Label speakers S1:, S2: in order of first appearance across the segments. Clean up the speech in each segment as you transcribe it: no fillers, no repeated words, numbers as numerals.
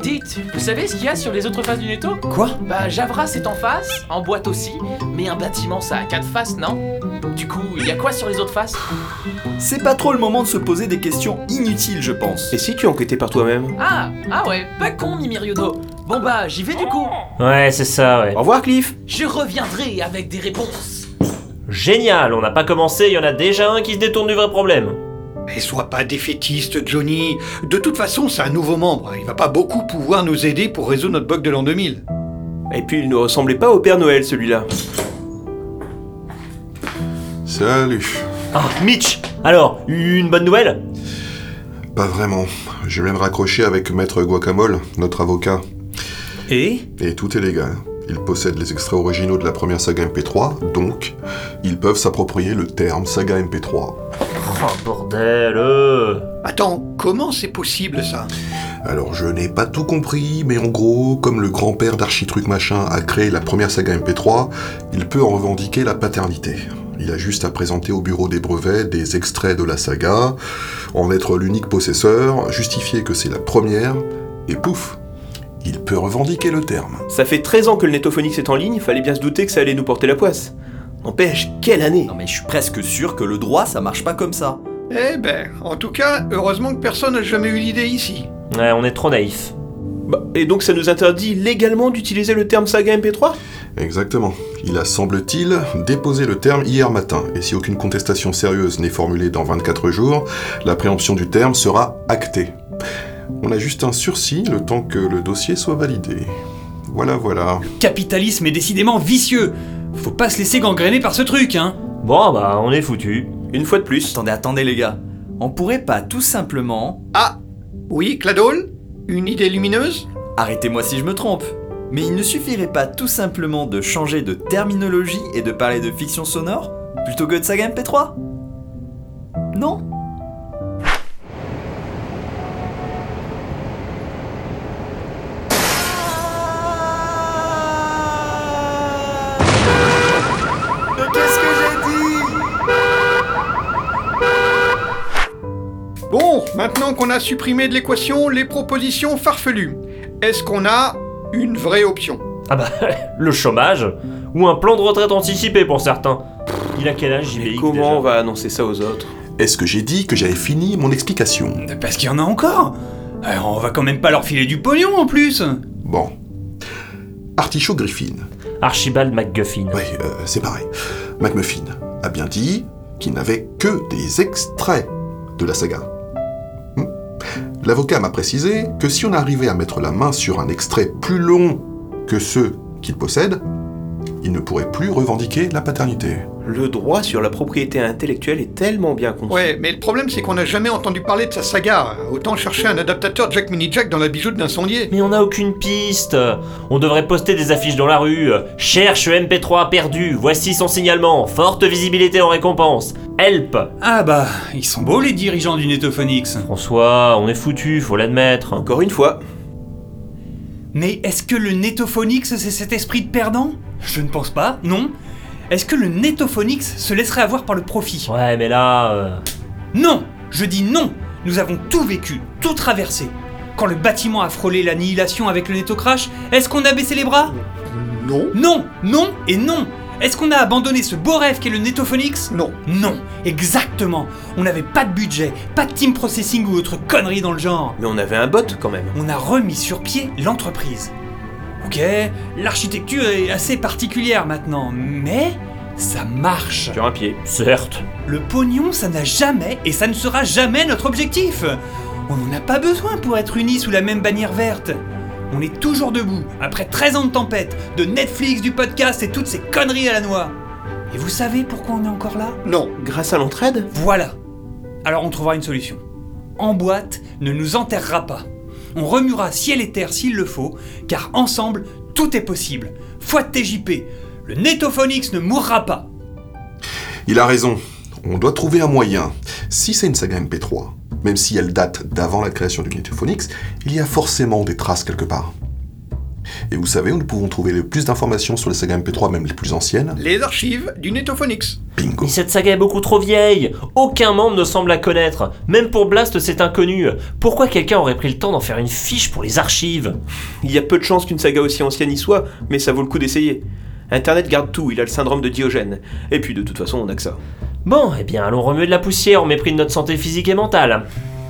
S1: dites, vous savez ce qu'il y a sur les autres faces du Netto ?
S2: Quoi ?
S1: Bah Javra c'est en face, en boîte aussi, mais un bâtiment ça a 4 faces, non ? Du coup, il y a quoi sur les autres faces ?
S2: C'est pas trop le moment de se poser des questions inutiles, je pense.
S3: Et si tu enquêtais par toi-même ?
S1: Ah ouais, pas con Mimiriodo. Bon bah, j'y vais du coup.
S4: Ouais, c'est ça, ouais.
S3: Au revoir Cliff.
S1: Je reviendrai avec des réponses.
S4: Génial, on n'a pas commencé, il y en a déjà un qui se détourne du vrai problème.
S5: Mais sois pas défaitiste, Johnny. De toute façon, c'est un nouveau membre. Il va pas beaucoup pouvoir nous aider pour résoudre notre bug de l'an 2000.
S3: Et puis il ne ressemblait pas au Père Noël celui-là.
S6: Salut.
S4: Ah, Mitch. Alors, une bonne nouvelle ?
S6: Pas vraiment. Je viens de raccrocher avec Maître Guacamole, notre avocat.
S2: Et
S6: tout est légal. Ils possèdent les extraits originaux de la première saga MP3, donc ils peuvent s'approprier le terme saga MP3.
S4: Oh, bordel
S5: Attends, comment c'est possible ça ?
S6: Alors je n'ai pas tout compris, mais en gros, comme le grand-père d'Architruc Machin a créé la première saga MP3, il peut en revendiquer la paternité. Il a juste à présenter au bureau des brevets des extraits de la saga, en être l'unique possesseur, justifier que c'est la première, et pouf, il peut revendiquer le terme.
S3: Ça fait 13 ans que le Netophonix est en ligne, fallait bien se douter que ça allait nous porter la poisse. N'empêche, quelle année !
S2: non mais je suis presque sûr que le droit ça marche pas comme ça.
S5: Eh ben, en tout cas, heureusement que personne n'a jamais eu l'idée ici.
S4: Ouais, on est trop naïfs.
S3: Bah, et donc ça nous interdit légalement d'utiliser le terme saga MP3 ?
S6: Exactement. Il a, semble-t-il, déposé le terme hier matin, et si aucune contestation sérieuse n'est formulée dans 24 jours, la préemption du terme sera actée. On a juste un sursis le temps que le dossier soit validé. Voilà.
S7: Capitalisme est décidément vicieux. Faut pas se laisser gangréner par ce truc, hein.
S4: Bon, bah, on est foutus.
S3: Une fois de plus.
S2: Attendez les gars. On pourrait pas tout simplement...
S5: Ah, oui, Cladol ? Une idée lumineuse ?
S2: Arrêtez-moi si je me trompe. Mais il ne suffirait pas tout simplement de changer de terminologie et de parler de fiction sonore plutôt que de saga MP3 ? Non ? Mais qu'est-ce que j'ai dit ?
S5: Bon, maintenant qu'on a supprimé de l'équation les propositions farfelues, est-ce qu'on a une vraie option ?
S4: Ah bah, le chômage, ou un plan de retraite anticipé pour certains. Il a quel âge, JBX,
S3: Comment
S4: déjà
S3: on va annoncer ça aux autres ?
S6: Est-ce que j'ai dit que j'avais fini mon explication ?
S7: Parce qu'il y en a encore. On va quand même pas leur filer du pognon en plus.
S6: Bon. Artichaut Griffin.
S4: Archibald MacGuffin.
S6: Oui, c'est pareil. McMuffin a bien dit qu'il n'avait que des extraits de la saga. L'avocat m'a précisé que si on arrivait à mettre la main sur un extrait plus long que ceux qu'il possède, il ne pourrait plus revendiquer la paternité.
S3: Le droit sur la propriété intellectuelle est tellement bien conçu.
S5: Ouais, mais le problème c'est qu'on n'a jamais entendu parler de sa saga. Autant chercher un adaptateur Jack Mini Jack dans la bijoute d'incendié.
S4: Mais on n'a aucune piste. On devrait poster des affiches dans la rue. Cherche MP3 perdu. Voici son signalement. Forte visibilité en récompense. Help.
S7: Ah bah, ils sont beaux les dirigeants du Netophonix.
S4: François, on est foutus, faut l'admettre.
S3: Encore une fois.
S7: Mais est-ce que le Netophonix c'est cet esprit de perdant ? Je ne pense pas, non. Est-ce que le Netophonix se laisserait avoir par le profit ?
S4: Ouais, mais là...
S7: Non ! Je dis non ! Nous avons tout vécu, tout traversé. Quand le bâtiment a frôlé l'annihilation avec le Netocrash, est-ce qu'on a baissé les bras ?
S5: Non.
S7: Non, non et non. Est-ce qu'on a abandonné ce beau rêve qu'est le Netophonix ?
S5: Non.
S7: Non, exactement. On n'avait pas de budget, pas de team processing ou autre connerie dans le genre.
S3: Mais on avait un bot quand même.
S7: On a remis sur pied l'entreprise. Ok, l'architecture est assez particulière maintenant, mais ça marche.
S3: Sur un pied.
S4: Certes.
S7: Le pognon, ça n'a jamais et ça ne sera jamais notre objectif. On n'en a pas besoin pour être unis sous la même bannière verte. On est toujours debout, après 13 ans de tempête, de Netflix, du podcast et toutes ces conneries à la noix. Et vous savez pourquoi on est encore là ?
S5: Non.
S3: Grâce à l'entraide ?
S7: Voilà. Alors on trouvera une solution. En boîte ne nous enterrera pas. On remuera ciel et terre s'il le faut, car ensemble, tout est possible. Foi de TJP, le Netophonix ne mourra pas.
S6: Il a raison. On doit trouver un moyen. Si c'est une saga MP3, même si elle date d'avant la création du Netophonix, il y a forcément des traces quelque part. Et vous savez où nous pouvons trouver le plus d'informations sur les sagas MP3, même les plus anciennes?
S5: Les archives du Netophonix.
S6: Bingo.
S4: Mais cette saga est beaucoup trop vieille. Aucun membre ne semble la connaître. Même pour Blast, c'est inconnu. Pourquoi quelqu'un aurait pris le temps d'en faire une fiche pour les archives?
S3: Il y a peu de chances qu'une saga aussi ancienne y soit, mais ça vaut le coup d'essayer. Internet garde tout, il a le syndrome de Diogène. Et puis de toute façon, on a que ça.
S4: Bon, eh bien, allons remuer de la poussière au mépris de notre santé physique et mentale.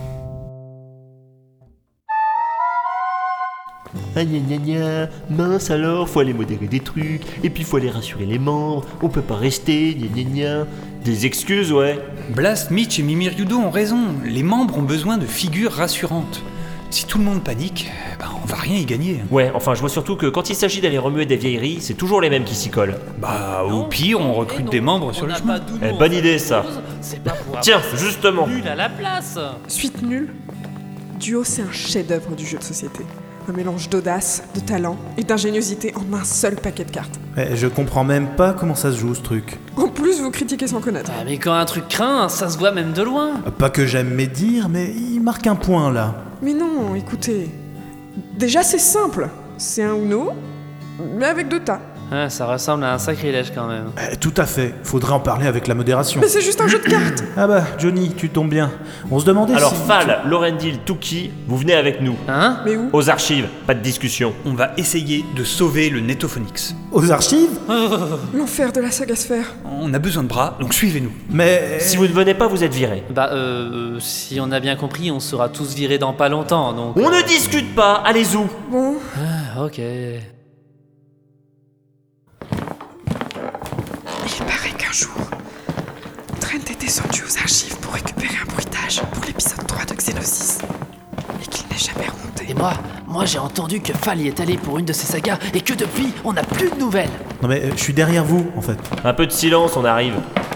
S8: Ah gna gna gna, mince alors, faut aller modérer des trucs, et puis faut aller rassurer les membres, on peut pas rester, gna gna gna.
S4: Des excuses, ouais.
S7: Blast, Mitch et Mimir Yudo ont raison. Les membres ont besoin de figures rassurantes. Si tout le monde panique, on va rien y gagner.
S4: Ouais, enfin, je vois surtout que quand il s'agit d'aller remuer des vieilleries, c'est toujours les mêmes qui s'y collent.
S7: Bah, au pire, on recrute des membres sur le chemin.
S4: Bonne idée, ça. Tiens, justement.
S1: Nul à la place.
S9: Suite nulle. Duo, c'est un chef-d'œuvre du jeu de société. Un mélange d'audace, de talent et d'ingéniosité en un seul paquet de cartes.
S10: Je comprends même pas comment ça se joue ce truc.
S9: En plus, vous critiquez sans connaître.
S11: Ah, mais quand un truc craint, ça se voit même de loin.
S10: Pas que j'aime mes dires, mais il marque un point là.
S9: Mais non, écoutez. Déjà, c'est simple. C'est un Uno, mais avec 2 tas.
S11: Ah, ça ressemble à un sacrilège quand même.
S10: Tout à fait, faudrait en parler avec la modération.
S9: Mais c'est juste un jeu de cartes.
S10: Ah bah, Johnny, tu tombes bien. On se demandait
S4: Alors,
S10: si...
S4: Fal, Lorendil, Tuki, vous venez avec nous.
S11: Hein?
S9: Mais où?
S4: Aux archives, pas de discussion.
S7: On va essayer de sauver le Netophonix.
S10: Aux archives?
S9: L'enfer de la saga sphère.
S7: On a besoin de bras, donc suivez-nous.
S10: Mais...
S4: Si vous ne venez pas, vous êtes virés.
S11: Si on a bien compris, on sera tous virés dans pas longtemps, donc...
S4: On ne discute pas, allez-y.
S9: Bon,
S11: Ah, ok.
S9: il paraît qu'un jour, Trent est descendu aux archives pour récupérer un bruitage pour l'épisode 3 de Xenosis. Et qu'il n'est jamais remonté.
S11: Et moi j'ai entendu que Fal y est allé pour une de ces sagas et que depuis, on n'a plus de nouvelles.
S10: Non mais je suis derrière vous, en fait.
S4: Un peu de silence, on arrive.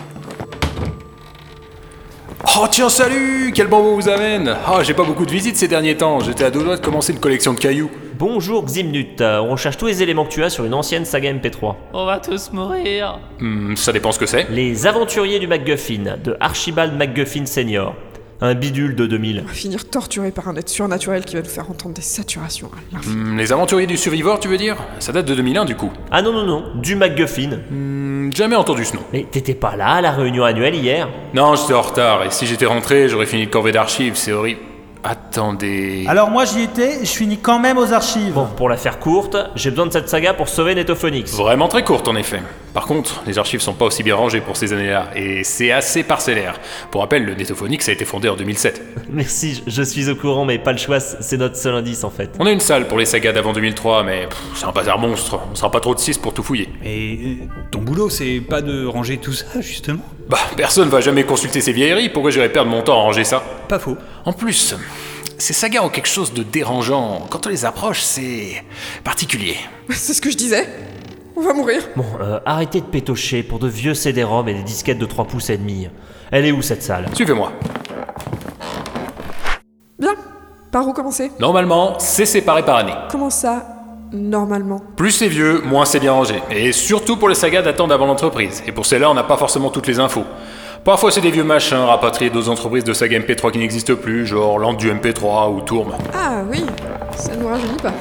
S12: Oh tiens, salut! Quel bon mot vous amène! Ah, j'ai pas beaucoup de visites ces derniers temps, j'étais à 2 doigts de commencer une collection de cailloux.
S4: Bonjour Ximnut, on recherche tous les éléments que tu as sur une ancienne saga MP3.
S11: On va tous mourir.
S12: Ça dépend ce que c'est.
S4: Les Aventuriers du MacGuffin, de Archibald MacGuffin Senior. Un bidule de 2000.
S9: On va finir torturé par un être surnaturel qui va nous faire entendre des saturations à l'infini.
S12: Les aventuriers du Survivor, tu veux dire? Ça date de 2001 du coup.
S4: Ah non, du MacGuffin.
S12: Jamais entendu ce nom.
S4: Mais t'étais pas là à la réunion annuelle hier?
S12: Non, j'étais en retard, et si j'étais rentré, j'aurais fini de corvée d'archives, c'est horrible. Attendez...
S10: Alors moi j'y étais, je finis quand même aux archives.
S4: Bon, pour la faire courte, j'ai besoin de cette saga pour sauver Netophonix.
S12: Vraiment très courte en effet. Par contre, les archives sont pas aussi bien rangées pour ces années-là, et c'est assez parcellaire. Pour rappel, le Netophonix a été fondé en 2007.
S4: Merci, je suis au courant, mais pas le choix, c'est notre seul indice en fait.
S12: On a une salle pour les sagas d'avant 2003, mais c'est un bazar monstre, on sera pas trop de 6 pour tout fouiller.
S7: Et ton boulot, c'est pas de ranger tout ça, justement?
S12: Bah, personne va jamais consulter ces vieilleries, pourquoi j'irais perdre mon temps à ranger ça?
S7: Pas faux.
S12: En plus, ces sagas ont quelque chose de dérangeant. Quand on les approche, c'est particulier.
S9: C'est ce que je disais. On va mourir.
S4: Bon, arrêtez de pétocher pour de vieux CD-ROM et des disquettes de 3 pouces et demi. Elle est où cette salle?
S12: Suivez-moi.
S9: Bien. Par où commencer?
S12: Normalement, c'est séparé par année.
S9: Comment ça, normalement?
S12: Plus c'est vieux, moins c'est bien rangé. Et surtout pour les sagas datant d'avant l'entreprise. Et pour celles-là, on n'a pas forcément toutes les infos. Parfois c'est des vieux machins rapatriés d'autres entreprises de saga MP3 qui n'existent plus, genre Land du MP3 ou Tourme.
S9: Ah oui, ça nous rajeunit pas.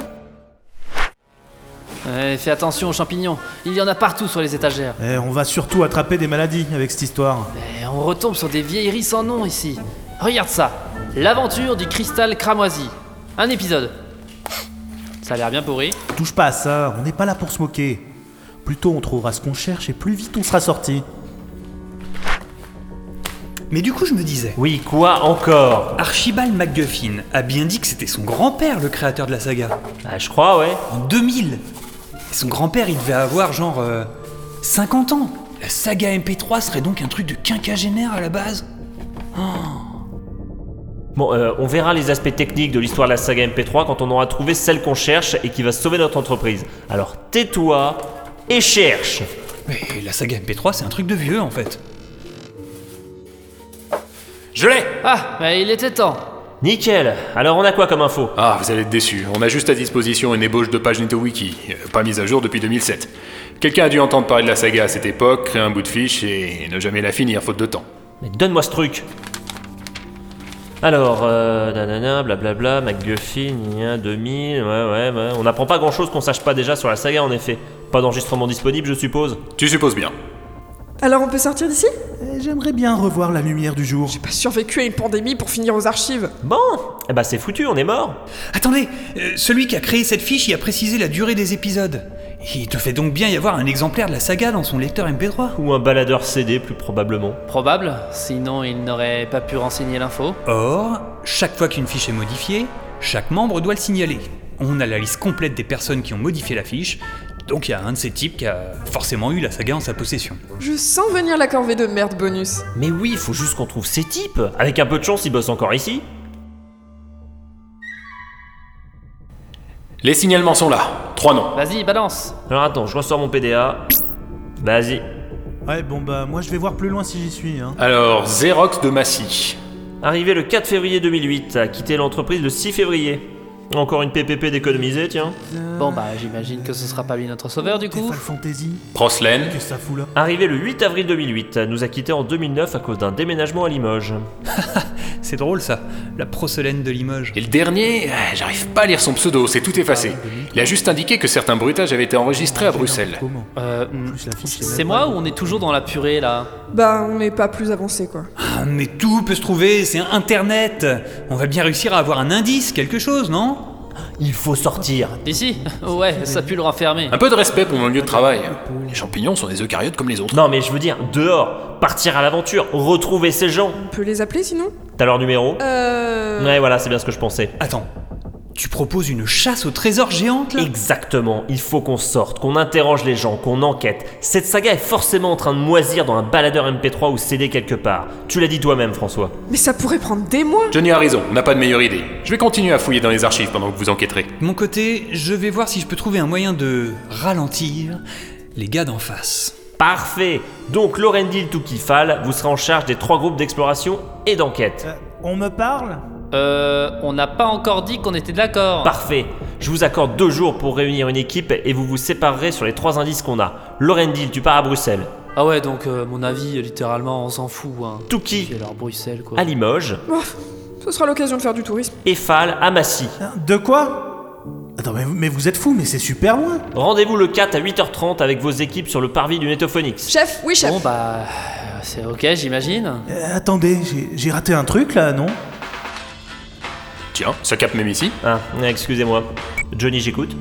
S11: Fais attention aux champignons, il y en a partout sur les étagères.
S10: On va surtout attraper des maladies avec cette histoire.
S11: On retombe sur des vieilleries sans nom ici. Regarde ça, l'aventure du cristal cramoisi. Un épisode. Ça a l'air bien pourri.
S10: Touche pas à ça, on n'est pas là pour se moquer. Plus tôt on trouvera ce qu'on cherche et plus vite on sera sorti.
S7: Mais du coup, je me disais...
S4: Oui, quoi encore?
S7: Archibald MacGuffin a bien dit que c'était son grand-père le créateur de la saga.
S4: Ah, je crois, ouais.
S7: En 2000. Et son grand-père, il devait avoir genre... 50 ans. La saga MP3 serait donc un truc de quinquagénaire à la base.
S4: Bon, on verra les aspects techniques de l'histoire de la saga MP3 quand on aura trouvé celle qu'on cherche et qui va sauver notre entreprise. Alors tais-toi et cherche.
S7: Mais la saga MP3, c'est un truc de vieux en fait.
S12: Je l'ai!
S11: Ah, bah il était temps.
S4: Nickel. Alors on a quoi comme info?
S12: Ah, vous allez être déçus. On a juste à disposition une ébauche de page NetoWiki, pas mise à jour depuis 2007. Quelqu'un a dû entendre parler de la saga à cette époque, créer un bout de fiche et ne jamais la finir faute de temps.
S4: Mais donne-moi ce truc. Alors, nanana, blablabla, MacGuffin, 2000, ouais, on n'apprend pas grand-chose qu'on sache pas déjà sur la saga en effet. Pas d'enregistrement disponible, je suppose.
S12: Tu supposes bien.
S9: Alors on peut sortir d'ici?
S10: J'aimerais bien revoir la lumière du jour.
S9: J'ai pas survécu à une pandémie pour finir aux archives.
S4: Bon, eh bah c'est foutu, on est mort.
S7: Attendez, celui qui a créé cette fiche y a précisé la durée des épisodes. Il te fait donc bien y avoir un exemplaire de la saga dans son lecteur MP3.
S4: Ou un baladeur CD, plus probablement.
S11: Probable, sinon il n'aurait pas pu renseigner l'info.
S7: Or, chaque fois qu'une fiche est modifiée, chaque membre doit le signaler. On a la liste complète des personnes qui ont modifié la fiche, donc il y a un de ces types qui a forcément eu la saga en sa possession.
S9: Je sens venir la corvée de merde bonus.
S4: Mais oui, il faut juste qu'on trouve ces types. Avec un peu de chance, ils bossent encore ici.
S12: Les signalements sont là. 3 noms.
S11: Vas-y, balance.
S4: Alors attends, je ressors mon PDA. Vas-y.
S10: Ouais, bon bah moi je vais voir plus loin si j'y suis. Hein.
S12: Alors, Xerox de Massy.
S4: Arrivé le 4 février 2008, a quitté l'entreprise le 6 février. Encore une PPP d'économiser, tiens.
S11: Bon bah j'imagine que ce sera pas lui notre sauveur du coup.
S10: Final Fantasy.
S12: Proslen.
S10: Qu'est-ce que ça fout là?
S4: Arrivé le 8 avril 2008, nous a quitté en 2009 à cause d'un déménagement à Limoges.
S7: C'est drôle ça, la procellène de Limoges.
S12: Et le dernier, j'arrive pas à lire son pseudo, c'est tout effacé. Il a juste indiqué que certains bruitages avaient été enregistrés à Bruxelles.
S10: Comment? Plus la fiche,
S11: C'est moi ou on est toujours dans la purée là?
S9: Bah on n'est pas plus avancé quoi.
S7: Ah, mais tout peut se trouver, c'est Internet. On va bien réussir à avoir un indice, quelque chose, non?
S8: Il faut sortir.
S11: D'ici? Ouais, ça pue le renfermer.
S12: Un peu de respect pour mon lieu de travail. Les champignons sont des eucaryotes comme les autres.
S4: Non mais je veux dire, dehors, partir à l'aventure, retrouver ces gens.
S9: On peut les appeler sinon?
S4: T'as leur numéro? Ouais voilà, c'est bien ce que je pensais.
S7: Attends, tu proposes une chasse au trésor géante là?
S4: Exactement, il faut qu'on sorte, qu'on interroge les gens, qu'on enquête. Cette saga est forcément en train de moisir dans un baladeur MP3 ou CD quelque part. Tu l'as dit toi-même François.
S9: Mais ça pourrait prendre des mois.
S12: Johnny a raison, on n'a pas de meilleure idée. Je vais continuer à fouiller dans les archives pendant que vous enquêterez.
S7: De mon côté, je vais voir si je peux trouver un moyen de ralentir les gars d'en face.
S4: Parfait. Donc Lorendil Toukifal, vous serez en charge des 3 groupes d'exploration et d'enquête.
S10: On me parle?
S11: On n'a pas encore dit qu'on était d'accord.
S4: Parfait. Je vous accorde 2 jours pour réunir une équipe et vous vous séparerez sur les 3 indices qu'on a. Lorendil, tu pars à Bruxelles.
S11: Ah ouais, donc mon avis, littéralement, on s'en fout. Hein.
S4: Touki
S11: Alors Bruxelles, quoi.
S4: à Limoges.
S9: Oh, ce sera l'occasion de faire du tourisme.
S4: Et Fal à Massy.
S10: De quoi? Attends, mais vous êtes fous, mais c'est super loin.
S4: Rendez-vous le 4 à 8h30 avec vos équipes sur le parvis du Netophonix.
S9: Chef, oui chef.
S11: Bon bah, c'est ok, j'imagine.
S10: Attendez, j'ai raté un truc là, non?
S12: Tiens, ça capte même ici.
S4: Ah, excusez-moi. Johnny, j'écoute.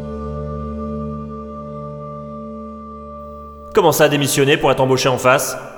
S4: Comment ça, démissionner pour être embauché en face?